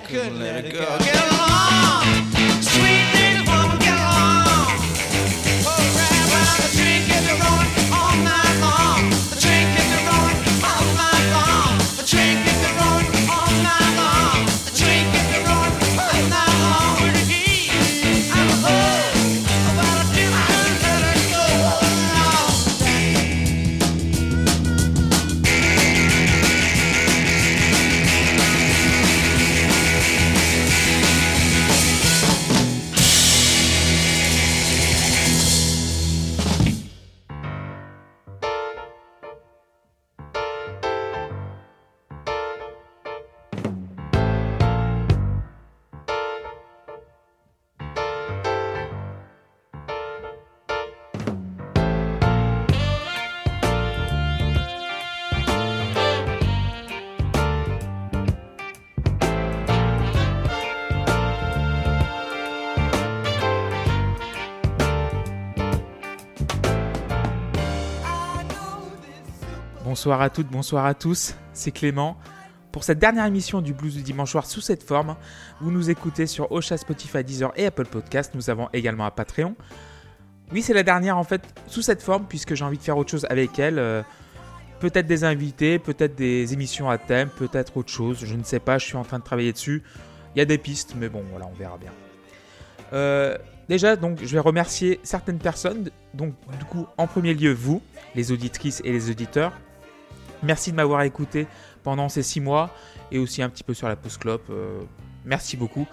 couldn't let it go. Get along, sweet little woman, get along. Oh, right, well, the drink is rolling all night long. The drink is rolling all night long. The drink is rolling all night long. The drink is rolling all night long. With the heat, I'm a hoe, about a different let it go. Bonsoir à toutes, bonsoir à tous, c'est Clément. Pour cette dernière émission du Blues du Dimanche Soir sous cette forme, vous nous écoutez sur Ocha, Spotify, Deezer et Apple Podcast. Nous avons également un Patreon. Oui, c'est la dernière en fait sous cette forme puisque j'ai envie de faire autre chose avec elle. Peut-être des invités, peut-être des émissions à thème, peut-être autre chose. Je ne sais pas, je suis en train de travailler dessus. Il y a des pistes, mais bon, voilà, on verra bien. Déjà, donc, je vais remercier certaines personnes. Donc, du coup, en premier lieu, vous, les auditrices et les auditeurs. Merci de m'avoir écouté pendant ces 6 mois et aussi un petit peu sur la pause clope. Merci beaucoup.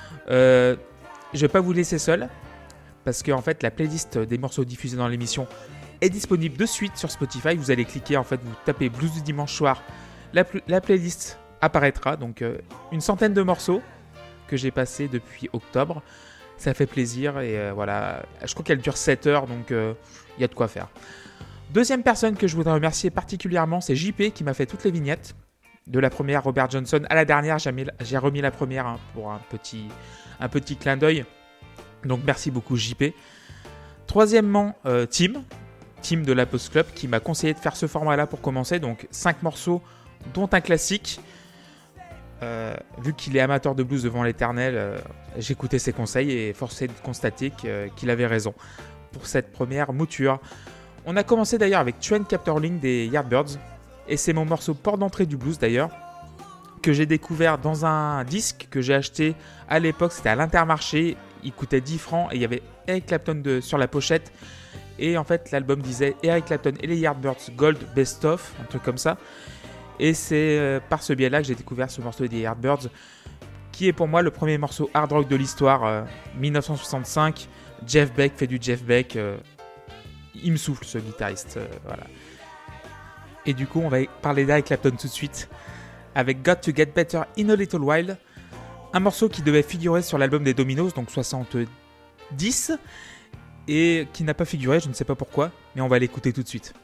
Je ne vais pas vous laisser seul parce qu'en fait, la playlist des morceaux diffusés dans l'émission est disponible de suite sur Spotify. Vous allez cliquer, en fait, vous tapez Blues du Dimanche Soir. La playlist apparaîtra. Donc, une centaine de morceaux que j'ai passés depuis octobre. Ça fait plaisir et voilà. Je crois qu'elle dure 7 heures, donc il y a de quoi faire. Deuxième personne que je voudrais remercier particulièrement, c'est JP qui m'a fait toutes les vignettes. De la première Robert Johnson à la dernière, j'ai remis la première pour un petit clin d'œil. Donc merci beaucoup JP. Troisièmement, Tim de la Post Club qui m'a conseillé de faire ce format-là pour commencer. Donc 5 morceaux dont un classique. Vu qu'il est amateur de blues devant l'éternel, j'écoutais ses conseils et forcé de constater qu'il avait raison pour cette première mouture. On a commencé d'ailleurs avec Train Captorling des Yardbirds et c'est mon morceau porte d'entrée du blues d'ailleurs que j'ai découvert dans un disque que j'ai acheté à l'époque, c'était à l'Intermarché, il coûtait 10 francs et il y avait Eric Clapton sur la pochette et en fait l'album disait Eric Clapton et les Yardbirds Gold Best Of, un truc comme ça. Et c'est par ce biais-là que j'ai découvert ce morceau des Yardbirds, qui est pour moi le premier morceau hard rock de l'histoire. 1965, Jeff Beck fait du Jeff Beck. Il me souffle ce guitariste. Voilà. Et du coup, on va parler d'Eric Clapton tout de suite, avec Got to Get Better in a Little While. Un morceau qui devait figurer sur l'album des Dominos, donc 70, et qui n'a pas figuré, je ne sais pas pourquoi, mais on va l'écouter tout de suite.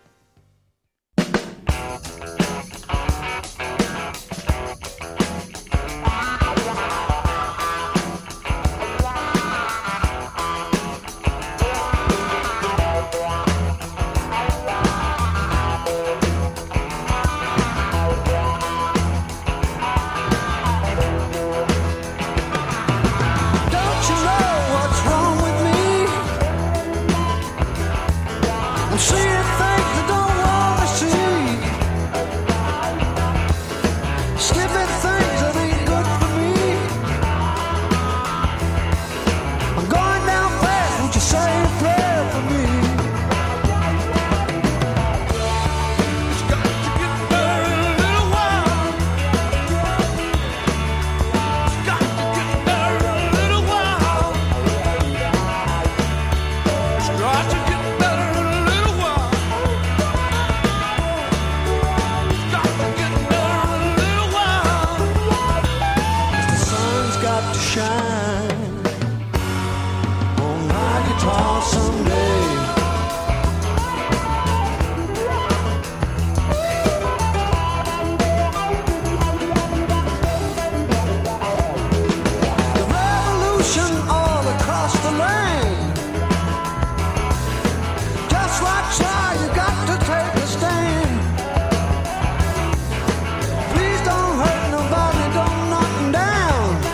Please don't hurt nobody, don't knock them down.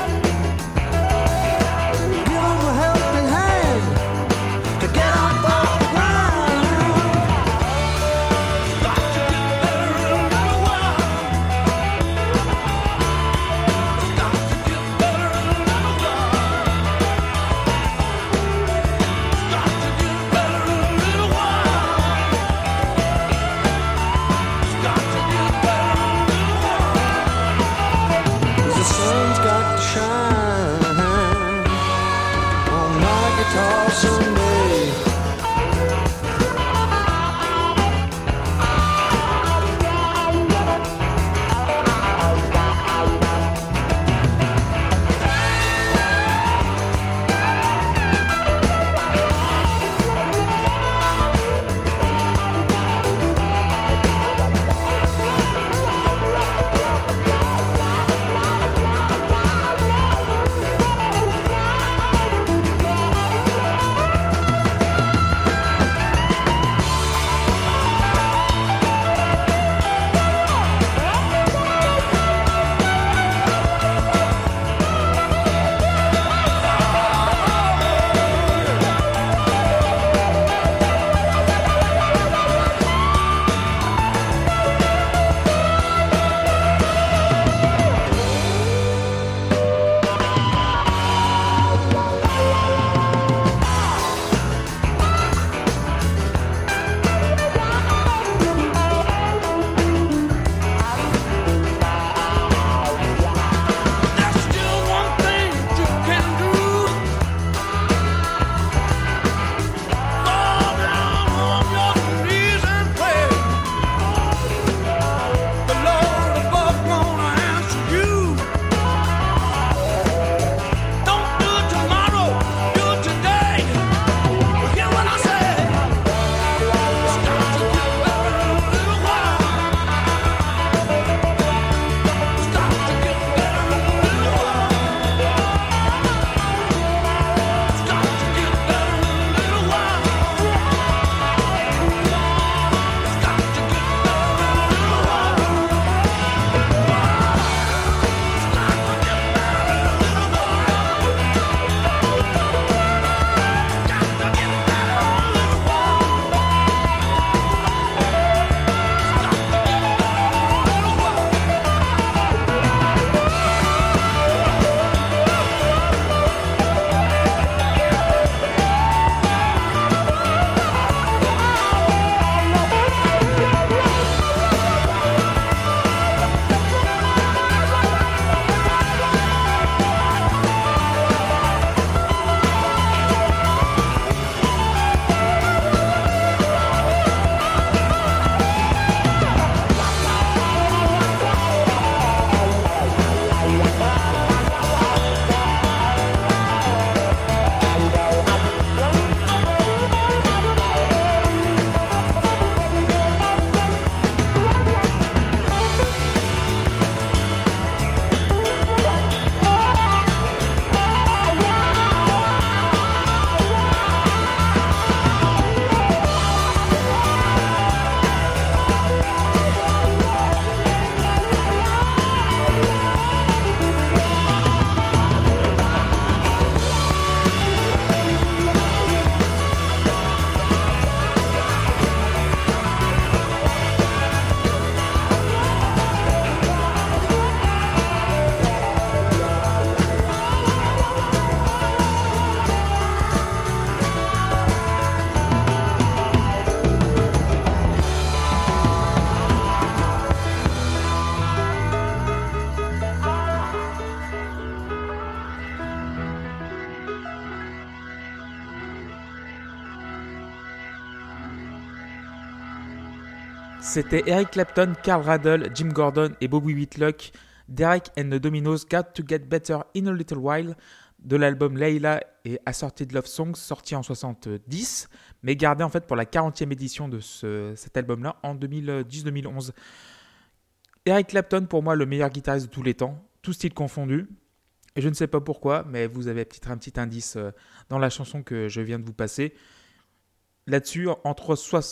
C'était Eric Clapton, Carl Radle, Jim Gordon et Bobby Whitlock, Derek and the Dominos, Got to Get Better in a Little While, de l'album Layla et Assorted Love Songs, sorti en 70, mais gardé en fait pour la 40e édition de cet album-là en 2010-2011. Eric Clapton, pour moi, le meilleur guitariste de tous les temps, tout style confondu. Et je ne sais pas pourquoi, mais vous avez peut-être un petit indice dans la chanson que je viens de vous passer. Là-dessus, entre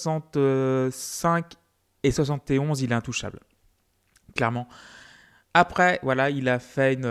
65 et 71, il est intouchable. Clairement. Après, voilà, il a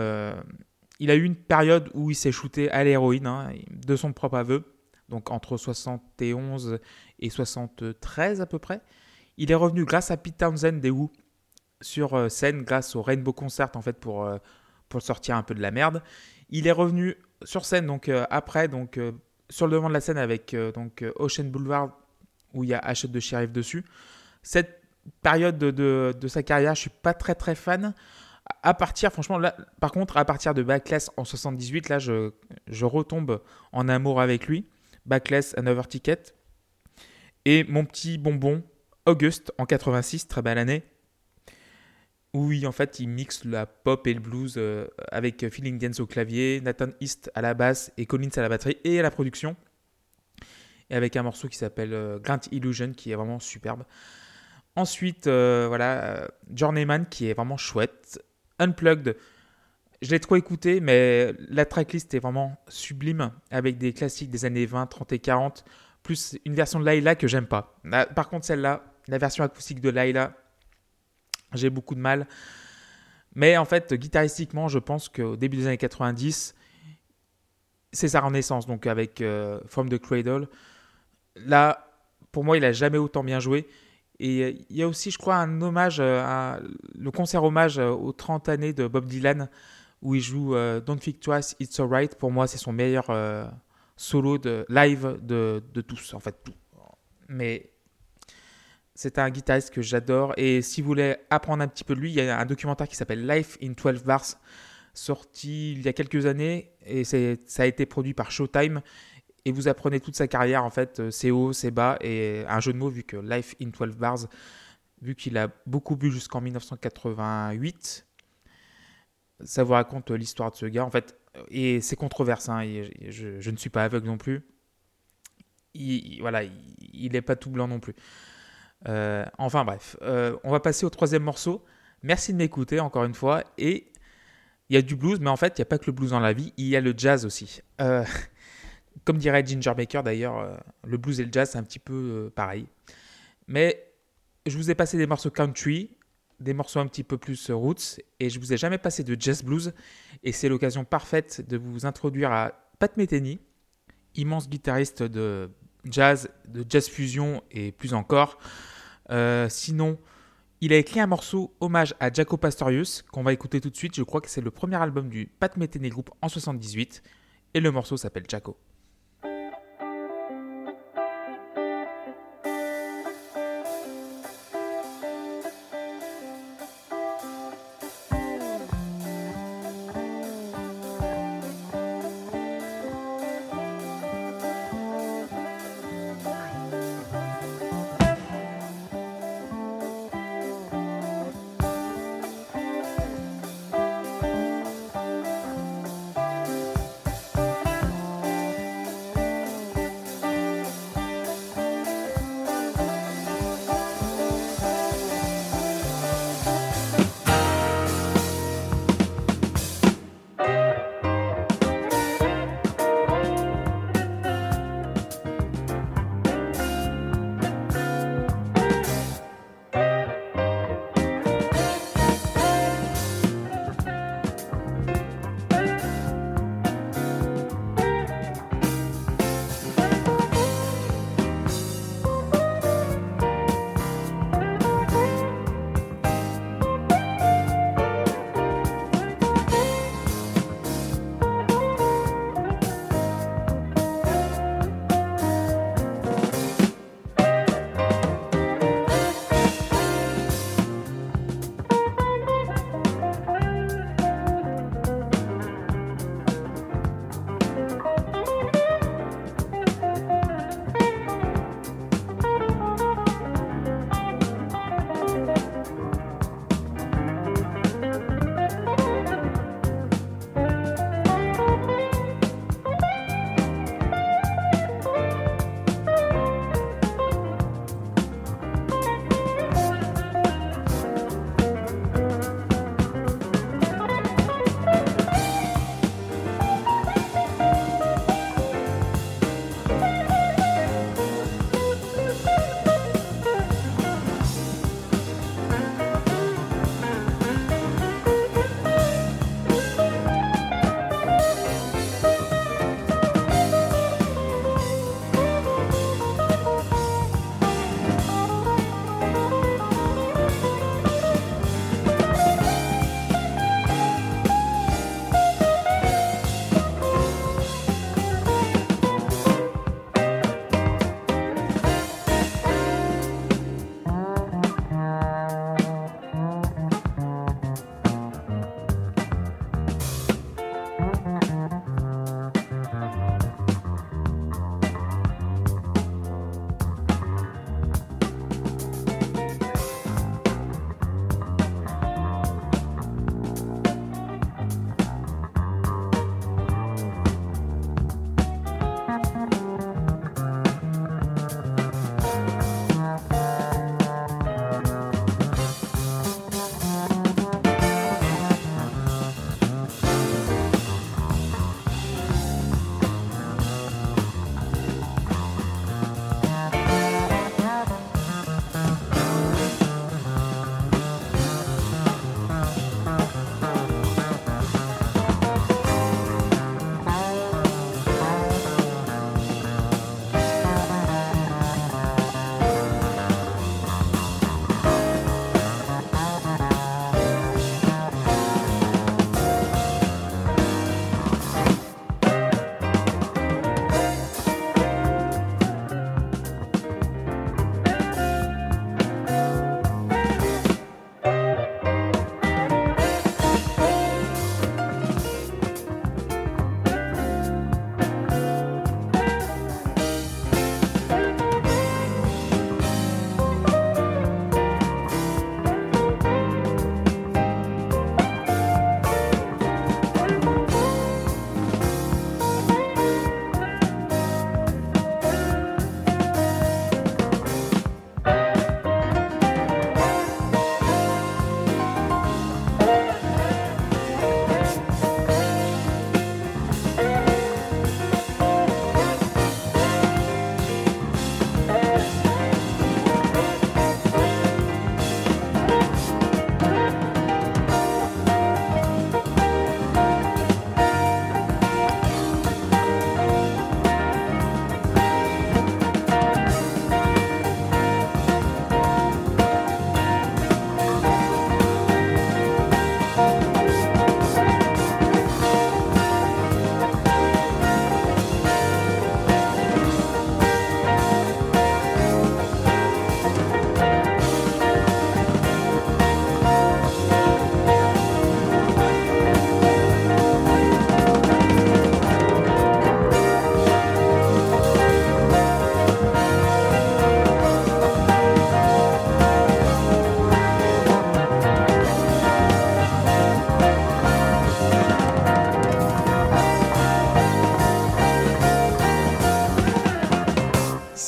eu une période où il s'est shooté à l'héroïne, de son propre aveu. Donc entre 71 et 73 à peu près. Il est revenu grâce à Pete Townshend des Who sur scène, grâce au Rainbow Concert en fait pour sortir un peu de la merde. Il est revenu sur scène après, sur le devant de la scène avec Ocean Boulevard où il y a Hachette de Sheriff dessus. Cette période de sa carrière, je suis pas très très fan. Par contre, à partir de Backless en 78, là, je retombe en amour avec lui. Backless, Another Ticket. Et mon petit bonbon, August, en 86, très belle année. Où en fait, il mixe la pop et le blues avec Phil Indians au clavier, Nathan East à la basse et Collins à la batterie et à la production. Et avec un morceau qui s'appelle Grant Illusion, qui est vraiment superbe. Ensuite, Journeyman, qui est vraiment chouette. Unplugged, je l'ai trop écouté, mais la tracklist est vraiment sublime, avec des classiques des années 20, 30 et 40, plus une version de Layla que j'aime pas. Par contre, celle-là, la version acoustique de Layla, j'ai beaucoup de mal. Mais en fait, guitaristiquement, je pense qu'au début des années 90, c'est sa renaissance, donc avec From the Cradle. Là, pour moi, il n'a jamais autant bien joué. Et il y a aussi, je crois, un hommage, le concert hommage aux 30 années de Bob Dylan, où il joue Don't Think Twice, It's Alright. Pour moi, c'est son meilleur solo live de tous, en fait, tout. Mais c'est un guitariste que j'adore. Et si vous voulez apprendre un petit peu de lui, il y a un documentaire qui s'appelle Life in 12 Bars, sorti il y a quelques années, et ça a été produit par Showtime. Et vous apprenez toute sa carrière, en fait, ses hauts, ses bas, et un jeu de mots, vu que Life in 12 Bars, vu qu'il a beaucoup bu jusqu'en 1988, ça vous raconte l'histoire de ce gars, en fait, et c'est controverse, je ne suis pas aveugle non plus. Il n'est pas tout blanc non plus. Enfin bref, on va passer au troisième morceau. Merci de m'écouter encore une fois, et il y a du blues, mais en fait, il n'y a pas que le blues dans la vie, il y a le jazz aussi. Comme dirait Ginger Baker d'ailleurs, le blues et le jazz c'est un petit peu pareil. Mais je vous ai passé des morceaux country, des morceaux un petit peu plus roots, et je vous ai jamais passé de jazz blues. Et c'est l'occasion parfaite de vous introduire à Pat Metheny, immense guitariste de jazz fusion et plus encore. Sinon, il a écrit un morceau hommage à Jaco Pastorius qu'on va écouter tout de suite. Je crois que c'est le premier album du Pat Metheny Group en 78, et le morceau s'appelle Jaco.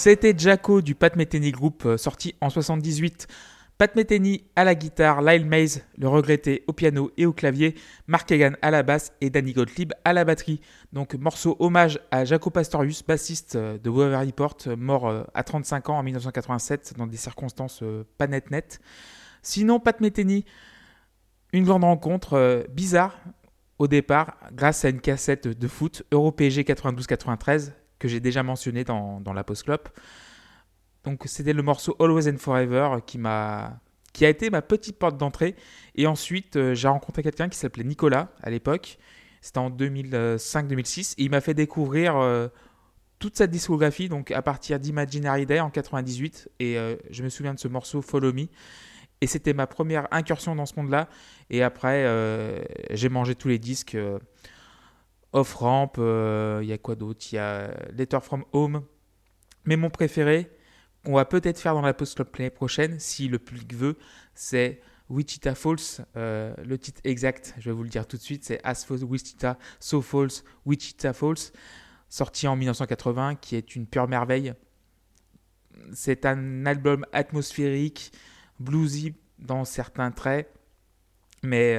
C'était Jaco du Pat Metheny Group, sorti en 78. Pat Metheny à la guitare, Lyle Mays, le regretté, au piano et au clavier, Mark Kagan à la basse et Danny Gottlieb à la batterie. Donc morceau hommage à Jaco Pastorius, bassiste de Weather Report, mort à 35 ans en 1987 dans des circonstances pas net. Sinon, Pat Metheny, une grande rencontre bizarre au départ grâce à une cassette de foot EuroPG 92-93 que j'ai déjà mentionné dans la post-clope. Donc c'était le morceau Always and Forever qui a été ma petite porte d'entrée. Et ensuite, j'ai rencontré quelqu'un qui s'appelait Nicolas à l'époque. C'était en 2005-2006. Et il m'a fait découvrir toute sa discographie, donc à partir d'Imaginary Day en 98. Et je me souviens de ce morceau Follow Me. Et c'était ma première incursion dans ce monde-là. Et après, j'ai mangé tous les disques. Off-Ramp, il y a quoi d'autre ? Il y a Letter From Home. Mais mon préféré, qu'on va peut-être faire dans la post-club l'année prochaine, si le public veut, c'est Wichita Falls. Le titre exact, je vais vous le dire tout de suite, c'est As Falls Wichita, So Falls, Wichita Falls, sorti en 1980, qui est une pure merveille. C'est un album atmosphérique, bluesy dans certains traits, mais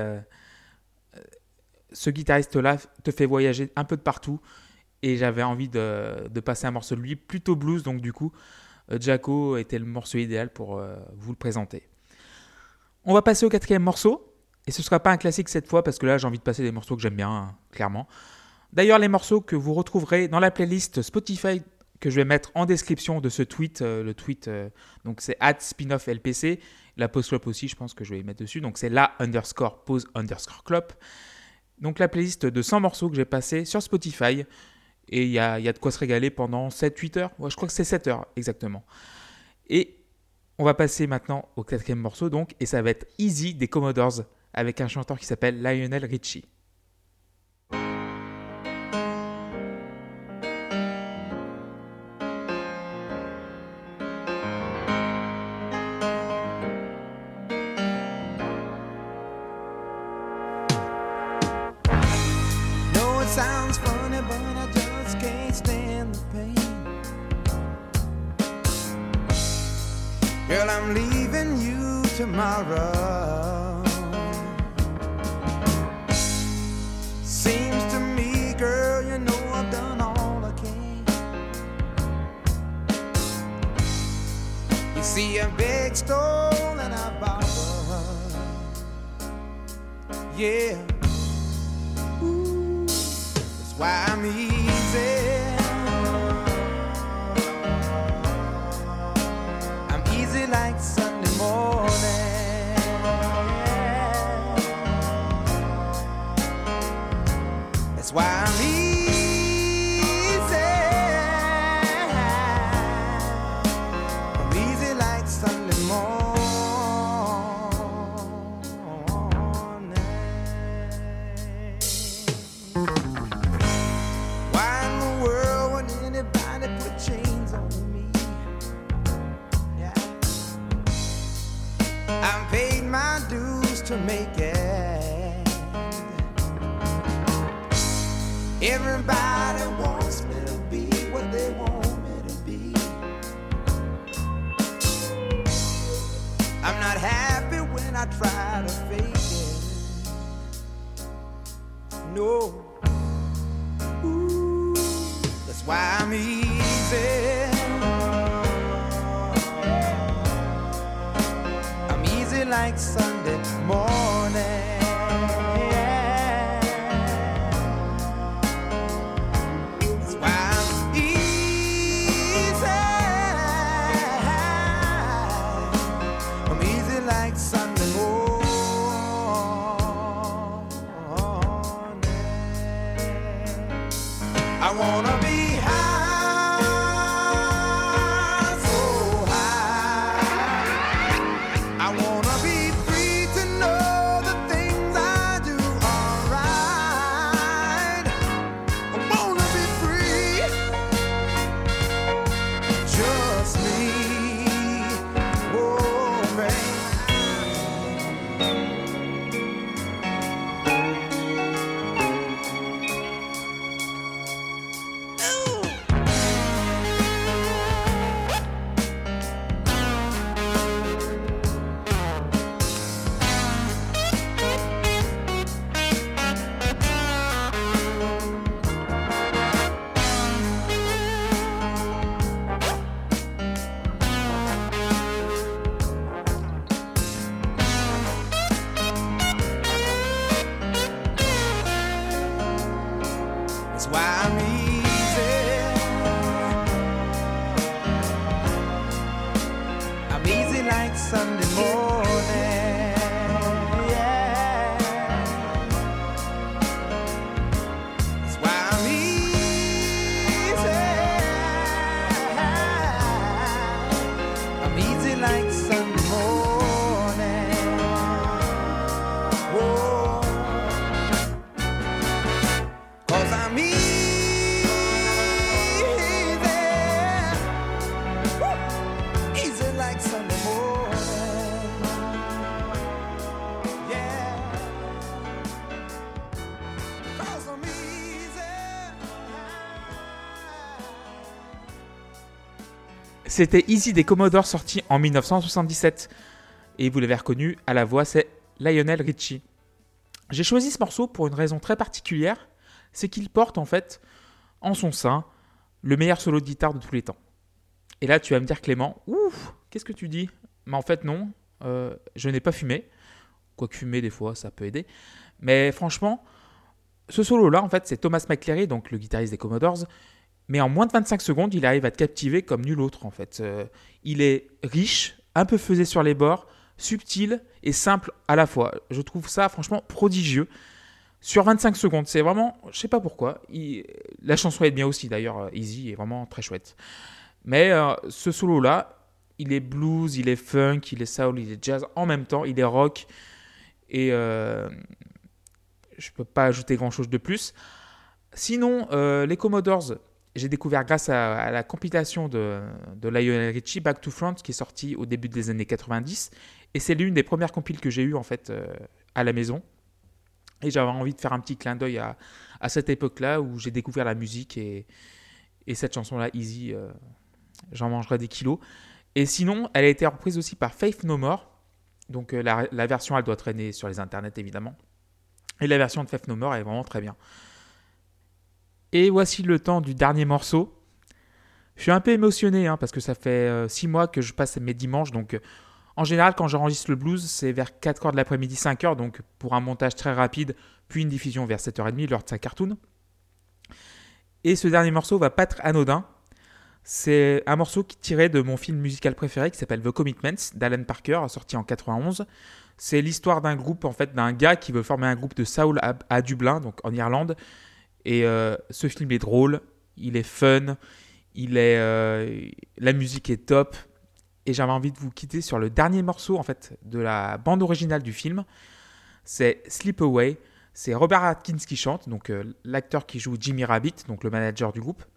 ce guitariste-là te fait voyager un peu de partout, et j'avais envie de passer un morceau de lui, plutôt blues, donc du coup, Jaco était le morceau idéal pour vous le présenter. On va passer au quatrième morceau, et ce ne sera pas un classique cette fois, parce que là j'ai envie de passer des morceaux que j'aime bien, hein, clairement. D'ailleurs, les morceaux que vous retrouverez dans la playlist Spotify que je vais mettre en description de ce tweet, le tweet, donc c'est @spinofflpc, la pause clope aussi, je pense que je vais y mettre dessus, donc c'est la_pause_clope. Donc la playlist de 100 morceaux que j'ai passé sur Spotify. Et il y a de quoi se régaler pendant 7-8 heures. Ouais, je crois que c'est 7 heures exactement. Et on va passer maintenant au quatrième morceau, donc, et ça va être Easy des Commodores, avec un chanteur qui s'appelle Lionel Richie. No, it sounds funny, but I just can't stand the pain. Girl, I'm leaving you tomorrow. Seems to me, girl, you know I've done all I can. You see a big stone and I borrow. Yeah. Ooh, that's why I'm easy. I'm easy like Sunday morning. That's why I'm easy. I'm easy like Sunday morning. Why in the world would anybody put chains on me? Yeah. I've paid my dues to make it. Everybody wants me to be what they want me to be. I'm not happy when I try to fake it. No. Ooh, that's why I'm easy. I'm easy like Sunday morning. That's why I'm easy. I'm easy like Sunday morning. I wanna be high, so high. I wanna be free to know the things I do are right. I wanna be free, just me, oh man. That's why I'm easy. I'm easy like Sunday morning. Yeah. That's why I'm easy. I'm easy like Sunday morning. Whoa. 'Cause I'm easy. Woo. Easy like Sunday morning. Yeah. 'Cause I'm easy. C'était Easy des Commodores, sorti en 1977. Et vous l'avez reconnu, à la voix, c'est Lionel Richie. J'ai choisi ce morceau pour une raison très particulière, c'est qu'il porte en fait en son sein le meilleur solo de guitare de tous les temps. Et là, tu vas me dire, Clément, ouf, qu'est-ce que tu dis ? Mais en fait, non, je n'ai pas fumé. Quoique fumer, des fois, ça peut aider. Mais franchement, ce solo-là, en fait, c'est Thomas McCleary, donc le guitariste des Commodores. Mais en moins de 25 secondes, il arrive à te captiver comme nul autre, en fait. Il est riche, un peu faisé sur les bords, subtil et simple à la fois. Je trouve ça, franchement, prodigieux. Sur 25 secondes, c'est vraiment, je sais pas pourquoi. La chanson est bien aussi, d'ailleurs, Easy est vraiment très chouette. Mais ce solo-là, il est blues, il est funk, il est soul, il est jazz en même temps, il est rock. Et je peux pas ajouter grand-chose de plus. Sinon, les Commodores, j'ai découvert grâce à la compilation de Lionel Richie, Back to Front, qui est sortie au début des années 90. Et c'est l'une des premières compiles que j'ai eues en fait, à la maison. Et j'avais envie de faire un petit clin d'œil à cette époque-là où j'ai découvert la musique et cette chanson-là, Easy, j'en mangerai des kilos. Et sinon, elle a été reprise aussi par Faith No More. Donc la version, elle doit traîner sur les internets évidemment. Et la version de Faith No More est vraiment très bien. Et voici le temps du dernier morceau. Je suis un peu émotionné parce que ça fait 6 mois que je passe mes dimanches. Donc en général, quand j'enregistre le blues, c'est vers 4h de l'après-midi, 5h. Donc pour un montage très rapide, puis une diffusion vers 7h30, l'heure de sa cartoon. Et ce dernier morceau va pas être anodin. C'est un morceau qui est tiré de mon film musical préféré qui s'appelle The Commitments d'Alan Parker, sorti en 91. C'est l'histoire d'un groupe, en fait, d'un gars qui veut former un groupe de soul à Dublin, donc en Irlande. Et ce film est drôle, il est fun, la musique est top. Et j'avais envie de vous quitter sur le dernier morceau en fait, de la bande originale du film. C'est Slip Away. C'est Robert Atkins qui chante, donc l'acteur qui joue Jimmy Rabbit, donc le manager du groupe.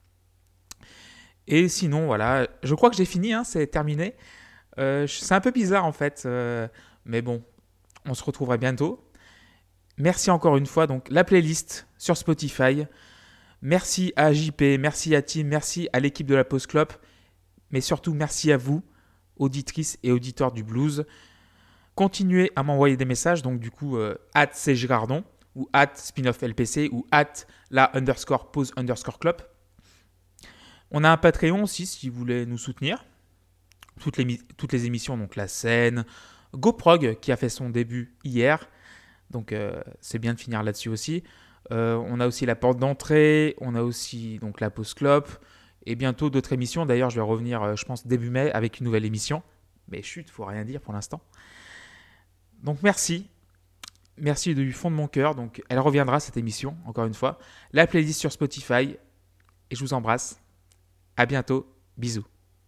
Et sinon, voilà, je crois que j'ai fini, c'est terminé. C'est un peu bizarre en fait, mais bon, on se retrouvera bientôt. Merci encore une fois, donc la playlist sur Spotify. Merci à JP, merci à Tim, merci à l'équipe de la Pause Clope, mais surtout merci à vous, auditrices et auditeurs du blues. Continuez à m'envoyer des messages, donc du coup, @cgirardon ou @spinofflpc ou @la_pause_clope. On a un Patreon aussi si vous voulez nous soutenir. Toutes les émissions, donc la scène, GoProg qui a fait son début hier. Donc c'est bien de finir là-dessus aussi. On a aussi la porte d'entrée, on a aussi donc la Pause Clope et bientôt d'autres émissions. D'ailleurs, je vais revenir, je pense, début mai avec une nouvelle émission. Mais chut, faut rien dire pour l'instant. Donc merci. Merci du fond de mon cœur. Donc elle reviendra cette émission, encore une fois. La playlist sur Spotify. Et je vous embrasse. À bientôt. Bisous.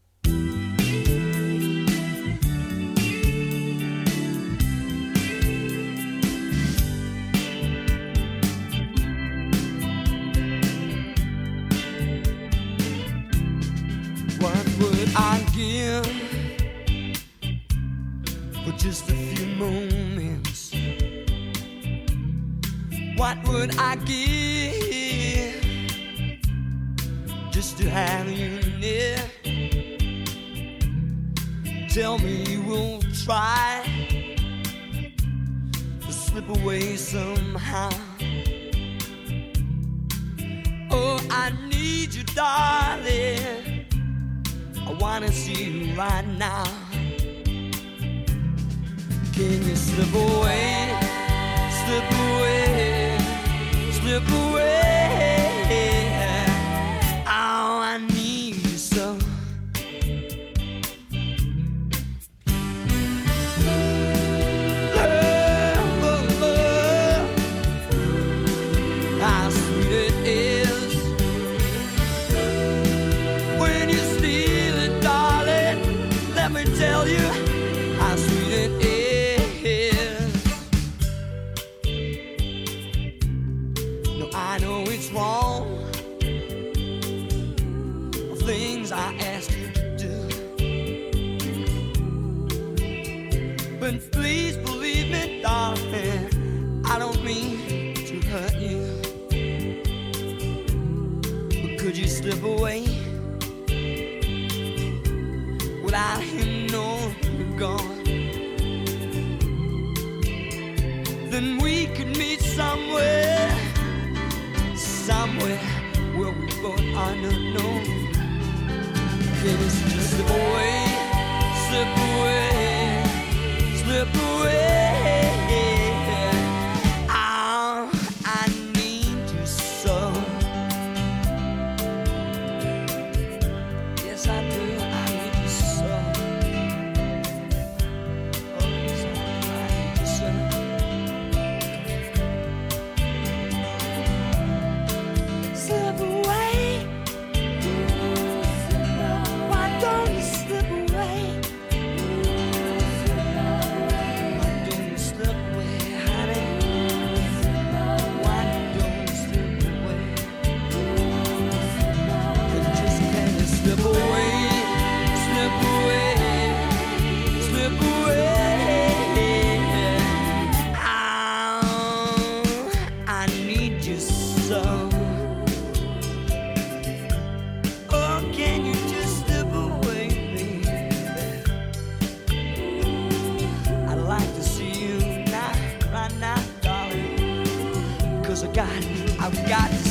I give for just a few moments. What would I give just to have you near? Tell me you will try to slip away somehow. Oh, I need you, darling. I wanna see you right now. Can you slip away, slip away, slip away? I know it's wrong, things I asked you to do. But please believe me, darling, I don't mean to hurt you. But could you slip away without him knowing you're gone? Then we could meet somewhere where we both are unknown. Can you just slip away, slip away, slip away? Oh, I need you so. Yes, I do, I need you so. Oh, yes, I need you so. Slip away. Why don't you slip away? Why don't you slip away, honey? Why don't you slip away? Can you slip away, slip away, slip away? Oh, I need you so. Oh, can you just slip away, baby? I'd like to see you now, right now, darling. 'Cause I've got to